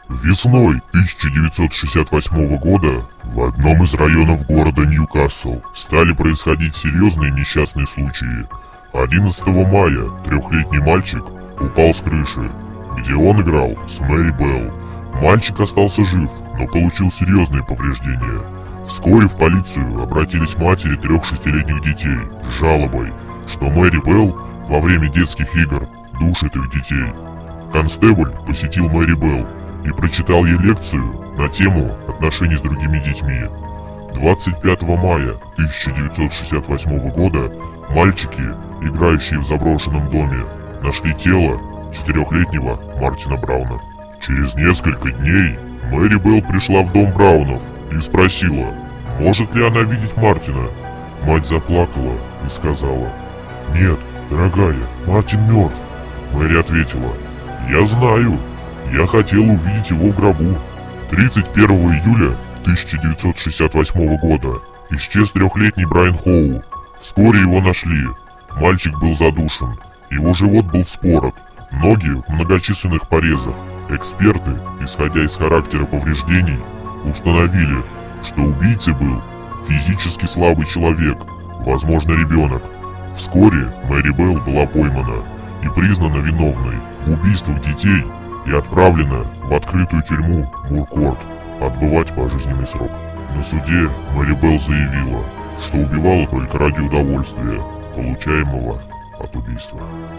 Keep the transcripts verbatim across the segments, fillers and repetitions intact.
Весной тысяча девятьсот шестьдесят восьмого года в одном из районов города Ньюкасл стали происходить серьезные несчастные случаи. одиннадцатого мая трехлетний мальчик упал с крыши, где он играл с Мэри Белл. Мальчик остался жив, но получил серьезные повреждения. Вскоре в полицию обратились матери трех шестилетних детей с жалобой, что Мэри Белл во время детских игр душит их детей. Констебль посетил Мэри Белл и прочитал ей лекцию на тему отношений с другими детьми. двадцать пятого мая тысяча девятьсот шестьдесят восьмого года мальчики, играющие в заброшенном доме, нашли тело четырехлетнего Мартина Брауна. Через несколько дней Мэри Белл пришла в дом Браунов и спросила, может ли она видеть Мартина. Мать заплакала и сказала: «Нет, дорогая, Мартин мертв». Мэри ответила: «Я знаю, я хотел увидеть его в гробу». тридцать первого июля тысяча девятьсот шестьдесят восьмого года исчез трехлетний Брайан Хоу. Вскоре его нашли. Мальчик был задушен, его живот был вспорот, ноги в многочисленных порезах. Эксперты, исходя из характера повреждений, установили, что убийцей был физически слабый человек, возможно, ребенок. Вскоре Мэри Белл была поймана и признана виновной в убийствах детей и отправлена в открытую тюрьму Муркорт отбывать пожизненный срок. На суде Мэри Белл заявила, что убивала только ради удовольствия, получаемого от убийства.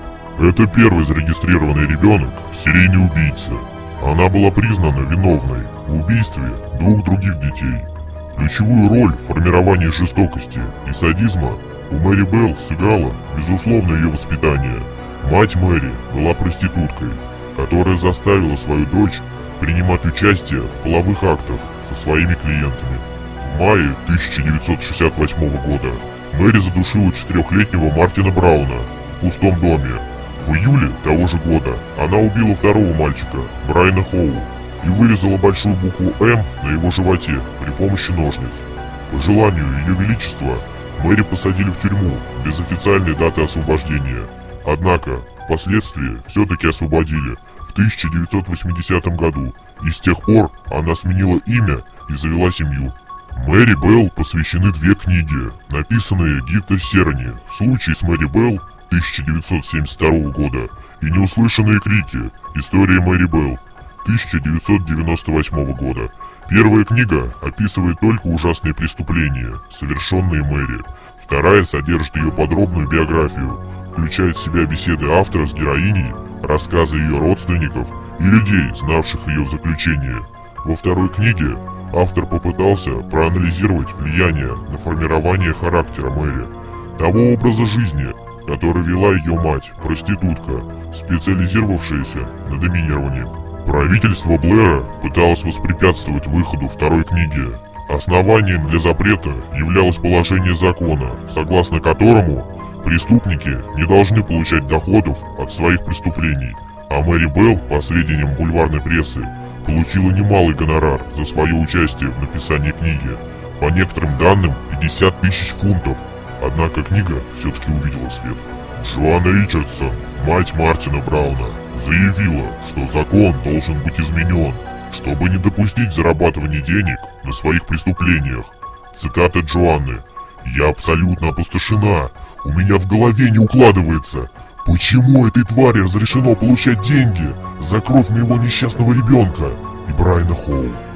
Это первый зарегистрированный ребенок, серийный убийца. Она была признана виновной в убийстве двух других детей. Ключевую роль в формировании жестокости и садизма у Мэри Белл сыграло, безусловно, ее воспитание. Мать Мэри была проституткой, которая заставила свою дочь принимать участие в половых актах со своими клиентами. В мае тысяча девятьсот шестьдесят восьмого года Мэри задушила четырехлетнего Мартина Брауна в пустом доме. В июле того же года она убила второго мальчика, Брайана Хоу, и вырезала большую букву «М» на его животе при помощи ножниц. По желанию Ее Величества Мэри посадили в тюрьму без официальной даты освобождения. Однако впоследствии все-таки освободили в тысяча девятьсот восьмидесятом году, и с тех пор она сменила имя и завела семью. Мэри Белл посвящены две книги, написанные Гито Серни «Случай с Мэри Белл» тысяча девятьсот семьдесят второго года и «Неуслышанные крики. История Мэри Белл» тысяча девятьсот девяносто восьмого года. Первая книга описывает только ужасные преступления, совершенные Мэри. Вторая содержит ее подробную биографию, включает в себя беседы автора с героиней, рассказы ее родственников и людей, знавших ее в заключении. Во второй книге автор попытался проанализировать влияние на формирование характера Мэри, того образа жизни, который вела ее мать, проститутка, специализировавшаяся на доминировании. Правительство Блэра пыталось воспрепятствовать выходу второй книги. Основанием для запрета являлось положение закона, согласно которому преступники не должны получать доходов от своих преступлений, а Мэри Белл, по сведениям бульварной прессы, получила немалый гонорар за свое участие в написании книги, по некоторым данным пятьдесят тысяч фунтов. Однако книга все-таки увидела свет. Джоанна Ричардсон, мать Мартина Брауна, заявила, что закон должен быть изменен, чтобы не допустить зарабатывания денег на своих преступлениях. Цитата Джоанны: «Я абсолютно опустошена, у меня в голове не укладывается. Почему этой твари разрешено получать деньги за кровь моего несчастного ребенка и Брайана Хоу?»